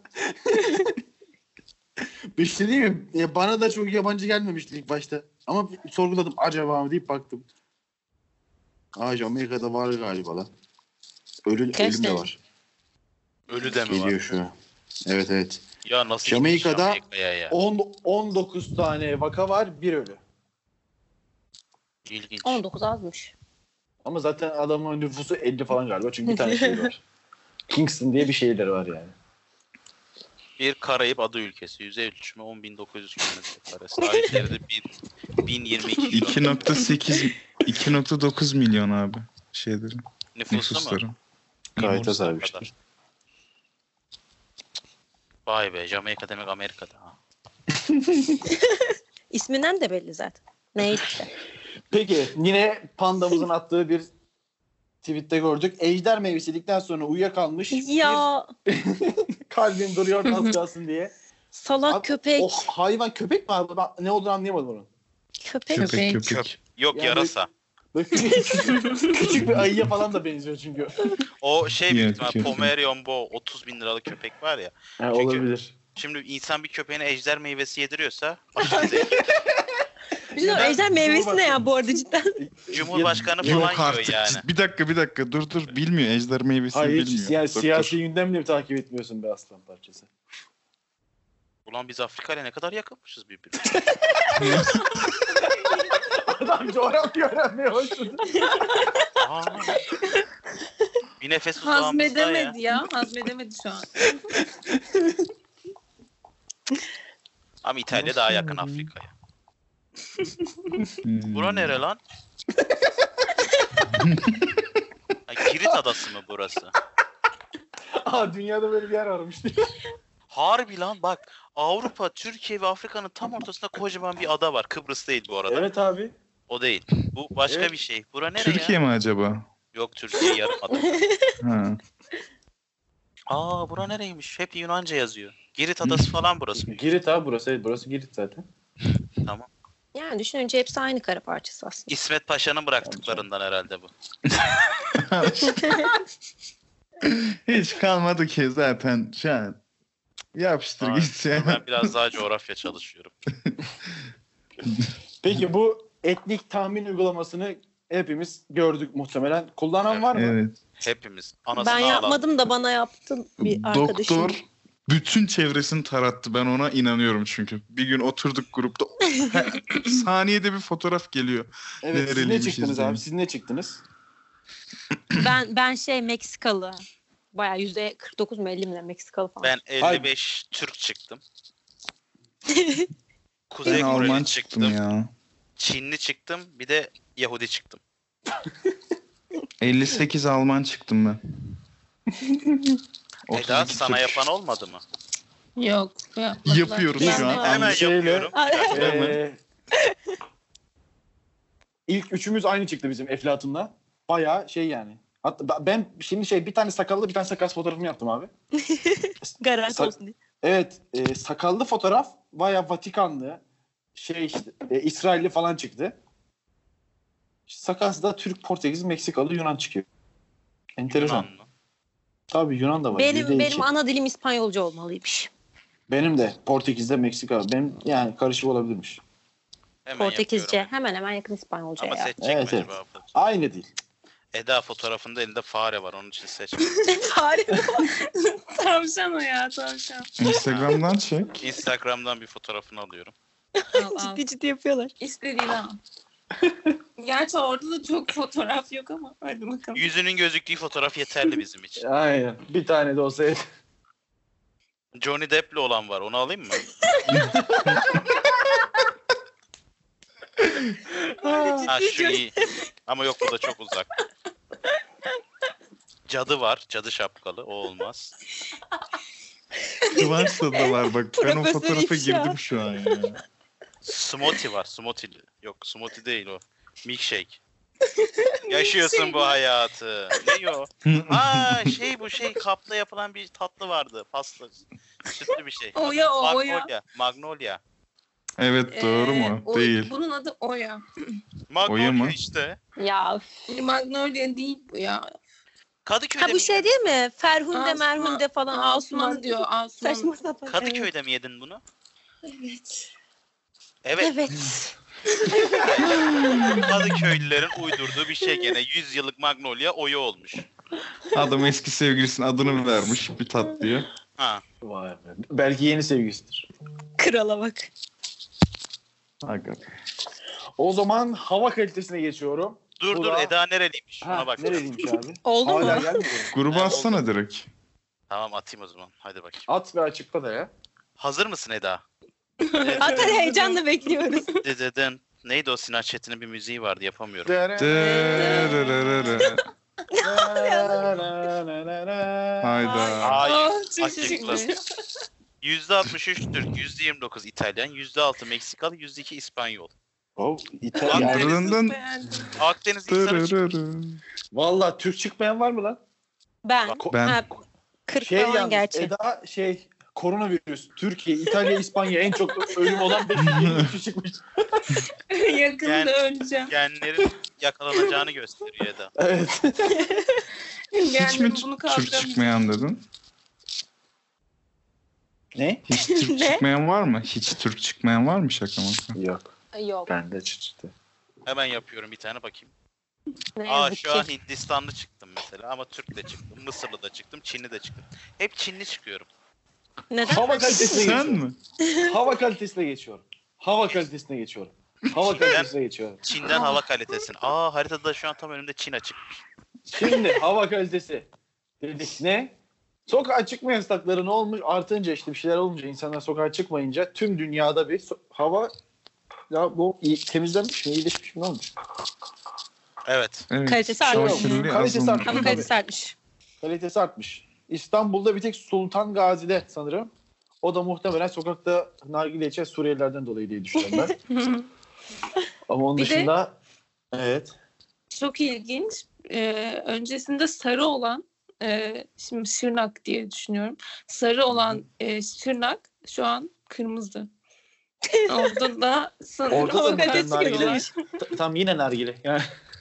Bir şey diyeyim mi? Ya bana da çok yabancı gelmemişti ilk başta. Ama bir sorguladım acaba mı deyip baktım. Aa Jamaika'da var galiba lan. Ölü, Kaç ölüm de tane? var. Ölü de mi Geliyor var? şu an. Evet evet. Ya nasıl Jamaika'da gitmiş Jamaika'ya ya? on, on dokuz tane vaka var, bir ölü. İlginç. on dokuz azmış. Ama zaten adamın nüfusu elli falan galiba. Çünkü bir tane şehir var. Kingston diye bir şehirleri var yani. Bir Karayip adı ülkesi. Yüzey ölçümü on bin dokuz yüz kilometre kare. Sahilleri de bin yirmi iki iki kilometre. nokta sekiz iki nokta dokuz milyon abi şeyleri. Nüfusu mu? Nüfusları. Gayet az Nüfusu abi ne işte. kadar? Vay be Jamaika demek Amerika'da ha. İsminden de belli zaten. Neyse. Peki yine pandamızın attığı bir tweette gördük. Ejder meyvesi yedikten sonra uyuyakalmış. Ya Bir kalbim duruyor az kalsın diye. salak Abi, köpek. O hayvan köpek mi abi? Ben ne olduğunu anlayamadım onun. Köpek. Köpek Köpek. köpek. Yok Yani- yarasa. Böyle küçük, küçük bir ayıya falan da benziyor çünkü. O şey büyük Yok, ihtimal köpek. Pomerian Bo otuz bin liralık köpek var ya. Ha, Çünkü- olabilir. Şimdi insan bir köpeğine ejder meyvesi yediriyorsa aşırı zevkli. Bir şey söyleyeyim, ejder meyvesi ne ya bu arada cidden? Cumhurbaşkanı Yok falan yiyor artık. yani. Bir dakika bir dakika dur dur bilmiyor ejder meyvesini Hayır bilmiyor. yani Doktor. siyasi gündemle mi takip etmiyorsun be aslan parçası? Ulan biz Afrika ile ne kadar yakınmışız birbirine. Adam coğrafya öğrenmeye başladı. Aa. Bir nefes uzağımızda Hazmedemedi ya. ya. Hazmedemedi şu an. Ama İtalya daha yakın Afrika'ya. Hmm. Bura nere lan? Ha, Girit adası mı burası? Aa dünyada böyle bir yer varmış. Harbi lan bak. Avrupa, Türkiye ve Afrika'nın tam ortasında kocaman bir ada var. Kıbrıs değil bu arada. Evet abi. O değil. Bu başka Evet. bir şey. Bura nere Türkiye ya? mi acaba? Yok Türkiye yarım ada. Ha. Aa bura nereymiş? Hep Yunanca yazıyor. Girit adası falan burası. Girit abi burası. Evet burası Girit zaten. Tamam. Yani düşününce hepsi aynı kara parçası aslında. İsmet Paşa'nın bıraktıklarından herhalde bu. Hiç kalmadı ki zaten şu an. Yapıştır Aa, git ya. Ben biraz daha coğrafya çalışıyorum. Peki bu etnik tahmin uygulamasını hepimiz gördük muhtemelen. Kullanan var mı? Evet. Hepimiz. Anasını Ben ağlam. yapmadım da bana yaptı bir arkadaşım. Doktor bütün çevresini tarattı. Ben ona inanıyorum çünkü. Bir gün oturduk grupta. Her saniyede bir fotoğraf geliyor. Evet siz ne Nereliymişiz çıktınız diye. abi? Siz ne çıktınız? Ben ben şey Meksikalı. Bayağı yüzde kırk dokuz mu elli mi ne Meksikalı falan. Ben elli beş Türk çıktım. Kuzey Ben Alman Koreli çıktım çıktım. ya. Çinli çıktım. Bir de Yahudi çıktım. elli sekiz Alman çıktım ben. Eda otuz iki sana Türk. yapan olmadı mı? Yok. Yapmadılar. Yapıyoruz Ben- şu an. Hemen şeyle- yapıyorum. Ee, ilk üçümüz aynı çıktı bizim Eflatun'la. Bayağı şey yani. Hatta ben şimdi şey bir tane sakallı bir tane sakal fotoğrafımı yaptım abi. Garanti Sak- olsun diye. Evet e, sakallı fotoğraf bayağı Vatikanlı şey işte e, İsrailli falan çıktı. Sakalsız da Türk, Portekiz, Meksikalı, Yunan çıkıyor. Enteresan. Yunan mı? Tabii Yunan da var. yüzde Benim iki. benim ana dilim İspanyolca olmalıymış. Benim de Portekiz'de Meksika. Benim yani karışık olabilirmiş. Hemen Portekizce yapıyorum. hemen hemen yakın İspanyolca'ya. Ama ya. seçecek Evet, mi evet. acaba? Aynı değil. Eda fotoğrafında elinde fare var. Onun için seçmedim. Fare. Tavşan o ya tavşan. Instagram'dan çek. Instagram'dan bir fotoğrafını alıyorum. Al, al. Ciddi ciddi yapıyorlar. İstediğini al. Gerçi orada da çok fotoğraf yok ama hadi bakalım. Yüzünün gözüktüğü fotoğraf yeterli bizim için. Aynen. Bir tane de olsa yeter. Johnny Depp'le olan var. Onu alayım mı? Ha şu iyi. Ama yok, bu da çok uzak. Cadı var. Cadı şapkalı. O olmaz. Varsa da var bak. Ben o Profesör fotoğrafa ifşa. girdim şu an ya. Smoothie var. Smoothie. Yok smoothie değil o. Milkshake. Yaşıyorsun bu hayatı. Ne o? Aa şey bu şey kapla yapılan bir tatlı vardı. Pasta. Sütlü bir şey. Oya o, oya. Magnolia. Magnolia. Evet doğru mu? Ee, o- Değil. Bunun adı Oya. Magnolia mı? işte. Ya. üf. Magnolia değil bu ya. Kadıköy'de Ha bu mi? şey değil mi? Ferhunde Asuman- merhunde falan. Asuman diyor. Asuman. Saçma sapan. Kadıköy'de mi yedin bunu? Evet. Evet. Evet. Kadıköylülerin uydurduğu bir şey gene. yüz yıllık Magnolia oyu olmuş. Adam eski sevgilisinin adını vermiş bir tatlıya. Ha. Vay be. Belki yeni sevgilisidir. Krala bak. Aga. O zaman hava kalitesine geçiyorum. Dur Bu dur da- Eda nereliymiş? Şuna Ha, bak. nereliymiş abi? Oldu Hala mu? gelmedi mi? Grubu Ha, atsana direkt. Tamam atayım o zaman. Hadi bakayım. At ve açıkla da ya. Hazır mısın Eda? Zaten heyecanla bekliyoruz. Dededen. Neydi o, Sinan Çetin'in bir müziği vardı, yapamıyorum. Dırırırırı. Hayda. Hayır. Oh, çok Açıkla. şükür. yüzde altmış üç Türk, yüzde yirmi dokuz İtalyan, yüzde altı Meksikalı, yüzde iki İspanyol. Oh, İtalyan. Akdeniz- Dırındın. Beğendim. Akdeniz insanı Dırırırı. Valla Türk çıkmayan var mı lan? Ben. Ko- Ben. Ha, kırk Şey falan yalnız gerçi. Eda şey koronavirüs. Türkiye, İtalya, İspanya en çok ölüm olan beş ülke çıkmış. Yakında Yani- öleceğim. genlerin yakalanacağını gösteriyor Eda. Evet. Hiç Yani mi bunu Türk kaldıramayacağım. çıkmayan dedin? Ne? Hiç Türk Ne? çıkmayan var mı? Hiç Türk çıkmayan var mı şaka maka? Yok. Yok. Bende çıktı. Hemen yapıyorum bir tane bakayım. Ne Aa yazık şu an ki. Hindistanlı çıktım mesela ama Türk de çıktım, Mısırlı da çıktım, Çinli de çıktım. Hep Çinli çıkıyorum. Neden? Hava kalitesine Sen geçiyorum. mi? Hava kalitesine geçiyorum. Hava kalitesine geçiyorum. Hava kalitesine geçiyorum. Çin'den hava kalitesini. Aa haritada şu an tam önümde Çin açık. Şimdi hava kalitesi dedik ne? Sokağa çıkma yasakları ne olmuş? Artınca işte bir şeyler olunca insanlar sokağa çıkmayınca tüm dünyada bir so- hava ya bu iyi, temizlenmiş mi? İyileşmiş mi? Ne olmuş? Evet. Evet. Kalitesi artmış. Şaşırlı Kalitesi azınlık. artmış. Hava kalitesi artmış. Kalitesi artmış. İstanbul'da bir tek Sultan Gazi'de sanırım. O da muhtemelen sokakta nargile içen Suriyelilerden dolayı diye düşünüyorum ben. Ama onun Bir de- dışında evet. Çok ilginç. Ee, öncesinde sarı olan e, şimdi Şırnak diye düşünüyorum. Sarı olan e, Şırnak şu an kırmızı. Orada da sanırım Orada da hava bir tane kalitesi nargile. var. T- Tam yine nargile. Yani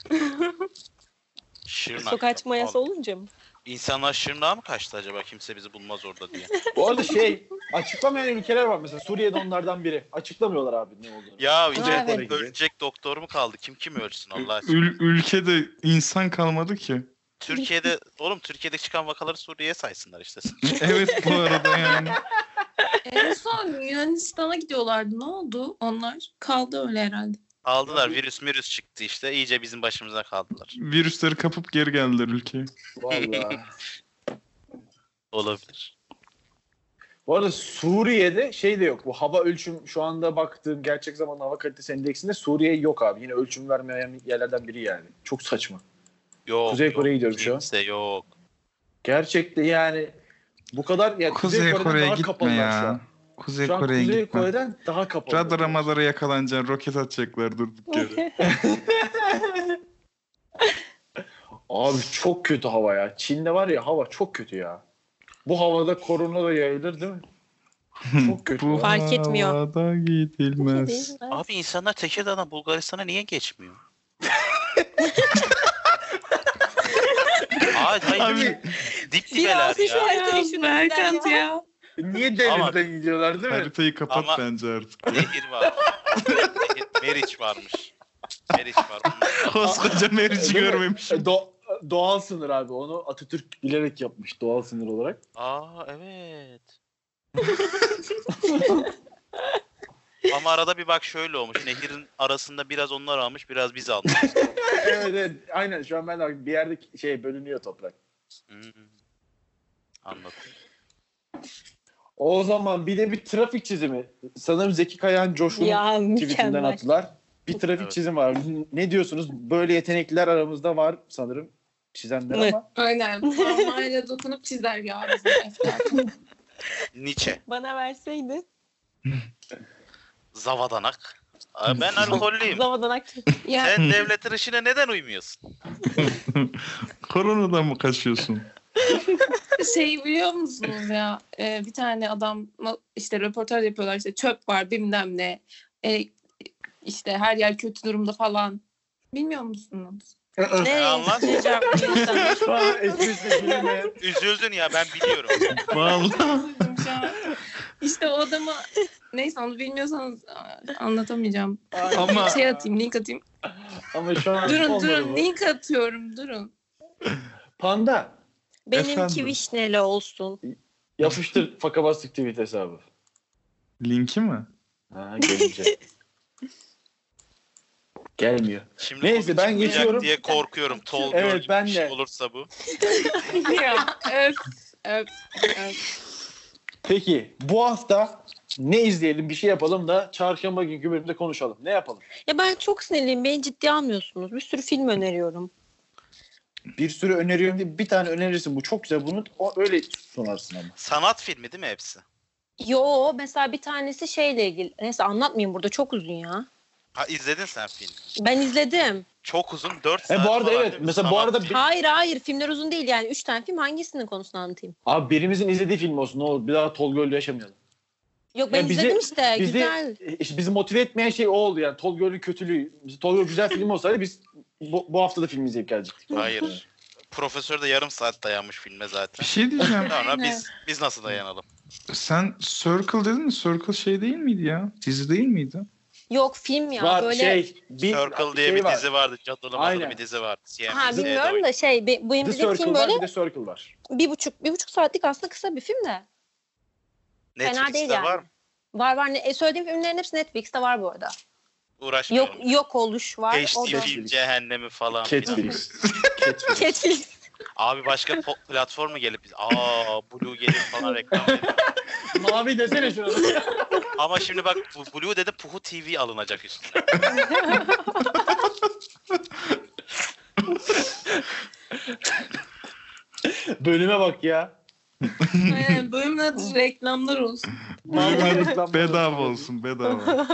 Şırnak. Sokağa çıkma yası Vallahi. olunca mı? İnsanlar Şırnak'a mı kaçtı acaba? Kimse bizi bulmaz orada diye. bu arada şey açıklamayan ülkeler var mesela. Suriye'de onlardan biri. Açıklamıyorlar abi ne olduğunu. Ya Kuzey işte Kore gibi. ölecek doktor mu kaldı? Kim kim ölsün Allah aşkına? Ül- ülkede insan kalmadı ki. Türkiye'de oğlum Türkiye'de çıkan vakaları Suriye'ye saysınlar işte. Evet bu arada yani. En son Yunanistan'a gidiyorlardı. Ne oldu? Onlar kaldı öyle herhalde. Aldılar, virüs virüs çıktı işte. İyice bizim başımıza kaldılar. Virüsleri kapıp geri geldiler ülkeye. Vallahi. Olabilir. Bu arada Suriye'de şey de yok. Bu hava ölçüm şu anda baktığım gerçek zamanlı hava kalitesi endeksinde Suriye yok abi. Yine ölçüm vermeyen yerlerden biri yani. Çok saçma. Yok. Kuzey yok, Kore'ye gidiyorum şu an. kimse yok. Gerçekten yani bu kadar ya Kuzey, Kuzey Kore'den Kore'ye daha gitme kapalılar şu ya. an. Kuzey Şu an Kore'ye Kuzey gitme. Kore'den daha kapalı. Radara madara yakalanacaksın, roket atacaklar durduk yere. Abi çok kötü hava ya. Çin'de var ya hava çok kötü ya. Bu havada korona da yayılır değil mi? Çok kötü. Bu Fark etmiyor. havada gidilmez. Abi insanlar Tekirdağ'dan Bulgaristan'a niye geçmiyor? Hayır hayır. Abi- Dip Bir dibeler altı şu ya. haritayı şunu Berkant ya. ya. Niye denizden Ama- gidiyorlar değil mi? Haritayı kapat Ama- bence artık. Nehir var. Nehir, Meriç varmış. Meriç var. Koskoca Meriç'i Değil mi? görmemişim. Do- doğal sınır abi. Onu Atatürk bilerek yapmış doğal sınır olarak. Aa evet. Ama arada bir bak şöyle olmuş. Nehrin arasında biraz onlar almış, biraz biz almış. Evet evet. Aynen şu an ben de bir yerde şey bölünüyor toprak. Hmm. Anladım. O zaman bir de bir trafik çizimi. Sanırım Zeki Kayağan Coşkun'un Ya tweetinden mükemmel. attılar. Bir trafik Evet. çizim var. Ne diyorsunuz? Böyle yetenekliler aramızda var sanırım çizenler Ne? ama. Aynen. Parmağıyla dokunup çizer ya bizim Eflatun. Nietzsche. Bana verseydin. Zavadanak. Aa, ben alkollüyüm. Zavadan Ya Sen devletin işine neden uymuyorsun? Koronadan mı kaçıyorsun? şey biliyor musunuz ya? Ee, bir tane adam işte röportaj yapıyorlar, işte çöp var bilmem ne. Ee, işte her yer kötü durumda falan. Bilmiyor musunuz? Nereye anlat. gideceğim bu insanlar? Şu an esprisine gülemeyen. Üzüldün ya, ben biliyorum. Vallahi. Üzüldüm şu an. İşte o adamı neyse onu bilmiyorsanız anlatamayacağım. Ama- Şey atayım, link atayım. Ama şu an Durun olmadı durun bu. link atıyorum durun. Panda Benimki Efendim? vişneli olsun. yapıştır Fakabastık tweet hesabı. Linki mi? Ha gelince. Gelmiyor. Şimdi Neyse, Covid ben çıkmayacak geçiyorum. diye korkuyorum. Tolga Evet, evet, ben bir de. şey olursa bu. ya öf öf öf. Peki bu hafta ne izleyelim, bir şey yapalım da çarşamba günkü bölümde konuşalım. Ne yapalım? Ya ben çok sinirliyim. Beni ciddiye almıyorsunuz. Bir sürü film öneriyorum. Bir sürü öneriyorum diye bir tane önerirsin. Bu çok güzel. Bunu o, öyle sunarsın ama. Sanat filmi değil mi hepsi? Yo mesela bir tanesi şeyle ilgili. Neyse anlatmayayım burada, çok uzun ya. Ha, izledin sen filmi. Ben izledim. Çok uzun, dört He, saat bu arada falan evet, değil mi? mesela bu Sanat arada filmi. bir- Hayır hayır filmler uzun değil yani. Üç tane film, hangisinin konusunu anlatayım? Abi birimizin izlediği film olsun. Ne olur bir daha Tolga Ölü yaşamayalım. Yok ben Ya bizi- izledim işte. Bizi, Güzel. işte bizi motive etmeyen şey o oldu yani. Tolga Ölü kötülüğü. Biz- Tolga Ölü güzel film olsaydı biz bu, bu hafta da film izleyip gelecektik. Hayır. Profesör de yarım saat dayanmış filme Bir zaten. şey diyeceğim. Sonra Aynen. biz biz nasıl dayanalım? Sen Circle dedin mi? Circle şey değil miydi ya? Dizi değil miydi? Yok film ya var böyle. şey. Bir, Circle diye şey bir var. dizi vardı. Cadılı Aynen. madılı bir dizi vardı. C N Ha B C'de bilmiyorum oynadı. da şey be- bu benim The izlediğim Circle film var, böyle bir de Circle var. bir buçuk bir buçuk saatlik, aslında kısa bir film de. Fena Netflix'te değil yani. var mı? Var var. Ne, e, söylediğim filmlerin hepsi Netflix'te var bu arada. Yok Uğraşmayalım. yok oluş var. H O D da. film cehennemi falan filan. Catflix. Catflix. Netflix. Abi başka po- platformu gelip biz aa Blue gelir falan reklam veriyor. Mavi desene şuna. Ama şimdi bak bu Blue dedi, Puhu T V alınacak üstüne. Bölüme bak ya. Aynen, bölümün adı reklamlar olsun. Vallahi reklam. Bedava olsun bedava.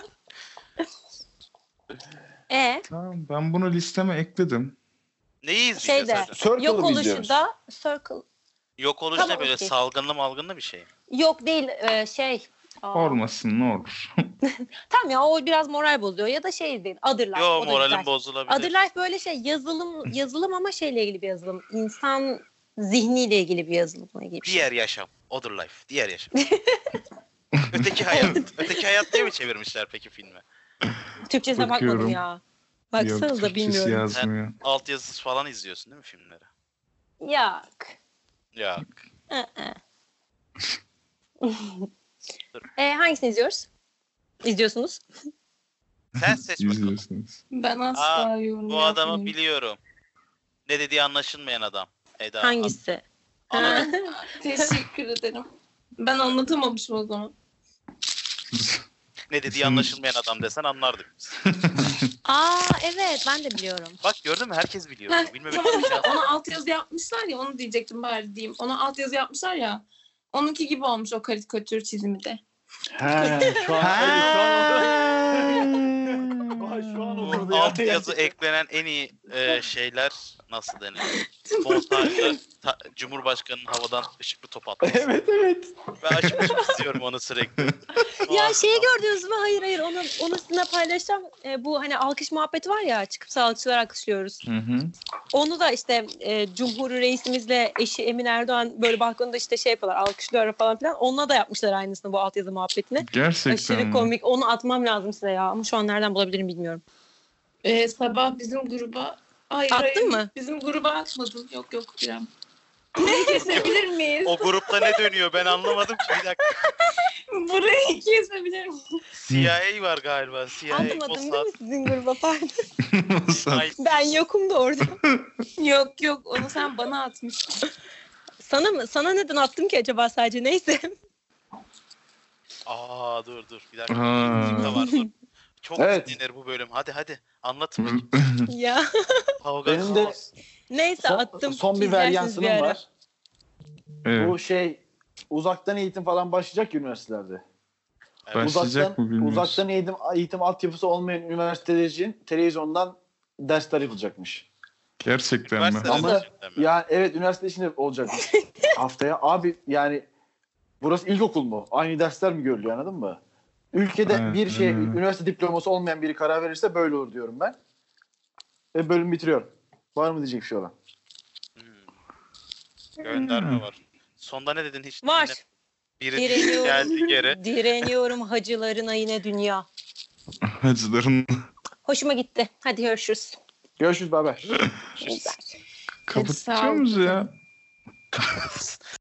E Tamam, ben bunu listeme ekledim. Neyi izleyeceğiz Şeyde. hadi? Circle'ı yok mı oluşu izliyoruz? da Circle. Yok oluş Tamam, ne böyle okey. salgınlı malgınlı bir şey. Yok değil e, şey. Aa, Olmasın ne olur. Tamam ya, o biraz moral bozuyor ya da şey değil. Other Life. Yo o da moralim güzel. bozulabilir. Other Life böyle şey yazılım yazılım ama şeyle ilgili bir yazılım. İnsan zihniyle ilgili bir yazılımla ilgili bir şey. Diğer yaşam. Other life. Diğer yaşam. Öteki hayat. Öteki hayat diye mi çevirmişler peki filmi? Türkçesine Bakıyorum. bakmadım ya. Yok, Baksanıza Türkçesi bilmiyorum. yazmıyor. Altyazısız falan izliyorsun değil mi filmleri? Yok. Ya. e, hangisini izliyoruz? İzliyorsunuz. Sen seç bakalım. İzliyorsunuz. Ben asla Aa, yorum Bu adamı yapmıyorum. biliyorum. Ne dediği anlaşılmayan adam. Eda. Hangisi? Ana- Teşekkür ederim. Ben anlatamamışım o zaman. Ne dediği anlaşılmayan adam desen anlardık biz. Aa evet, ben de biliyorum. Bak gördün mü? Herkes biliyor. Heh, Bilmemek tamam için bir şey işte ona altyazı yapmışlar ya, onu diyecektim bari diyeyim. Ona altyazı yapmışlar ya. Onunki gibi olmuş o karikatür çizimi de. He, şu an, şu an Vay, şu an oturdu Bu ya. altyazı eklenen en iyi e, şeyler nasıl denir? Montajda ta- Cumhurbaşkanı'nın havadan ışıklı top atması. Evet evet. Ben açmışım izliyorum onu sürekli. Ya Muazzam. şeyi gördünüz mü? Hayır hayır, onu onu sizinle paylaşacağım. Ee, bu hani alkış muhabbeti var ya, çıkıp sağlıkçılar alkışlıyoruz. Hı hı. Onu da işte e, Cumhur Reisimizle eşi Emin Erdoğan böyle balkonda işte şey yapıyorlar, alkışlıyorlar falan filan. Onunla da yapmışlar aynısını, bu altyazı muhabbetini. Gerçekten Aşırı mi? komik. Onu atmam lazım size ya. Ama şu an nereden bulabilirim bilmiyorum. Ee, sabah bizim gruba... Hayır, Attın hayır, mı? Bizim gruba atmadın. Yok yok İrem. Burayı kesebilir miyiz? O grupta ne dönüyor ben anlamadım ki bir dakika. Burayı kesebilir miyiz? C I A var galiba. C I A, Atmadım değil mi sizin gruba pardon. Sen- Ben yokum da orada. Yok yok onu sen bana atmıştın. Sana mı? Sana neden attım ki acaba sadece? Neyse. Aa dur dur bir dakika. Ha. Kim de var dur. Çok Evet. dinlenir bu bölüm. Hadi hadi anlatın. Ya. Kavga Benim de kaos. Neyse son, attım. son bir İzlersiniz varyansınım bir ara. var. Evet. Bu şey uzaktan eğitim falan başlayacak ya üniversitelerde. Evet. Başlayacak uzaktan, mı bilmiyoruz. uzaktan eğitim, eğitim altyapısı olmayan üniversiteler için televizyondan dersler yapılacakmış. Gerçekten mi? Üniversitede Ama- gerçekten mi? Yani evet üniversite içinde olacakmış haftaya. Abi yani burası ilkokul mu? Aynı dersler mi görülüyor anladın mı? Ülkede Evet, bir şey evet. üniversite diploması olmayan biri karar verirse böyle olur diyorum ben. Ve bölüm bitiriyorum. Var mı diyecek bir şey olan? Hmm. Gönderme var. Sonda ne dedin hiç? Var. dinle- Biri Direniyorum. geldi geri. Direniyorum hacılarına yine dünya. Hacıların Hoşuma gitti. Hadi görüşürüz. Görüşürüz beraber. kapatıyor muyuz ya?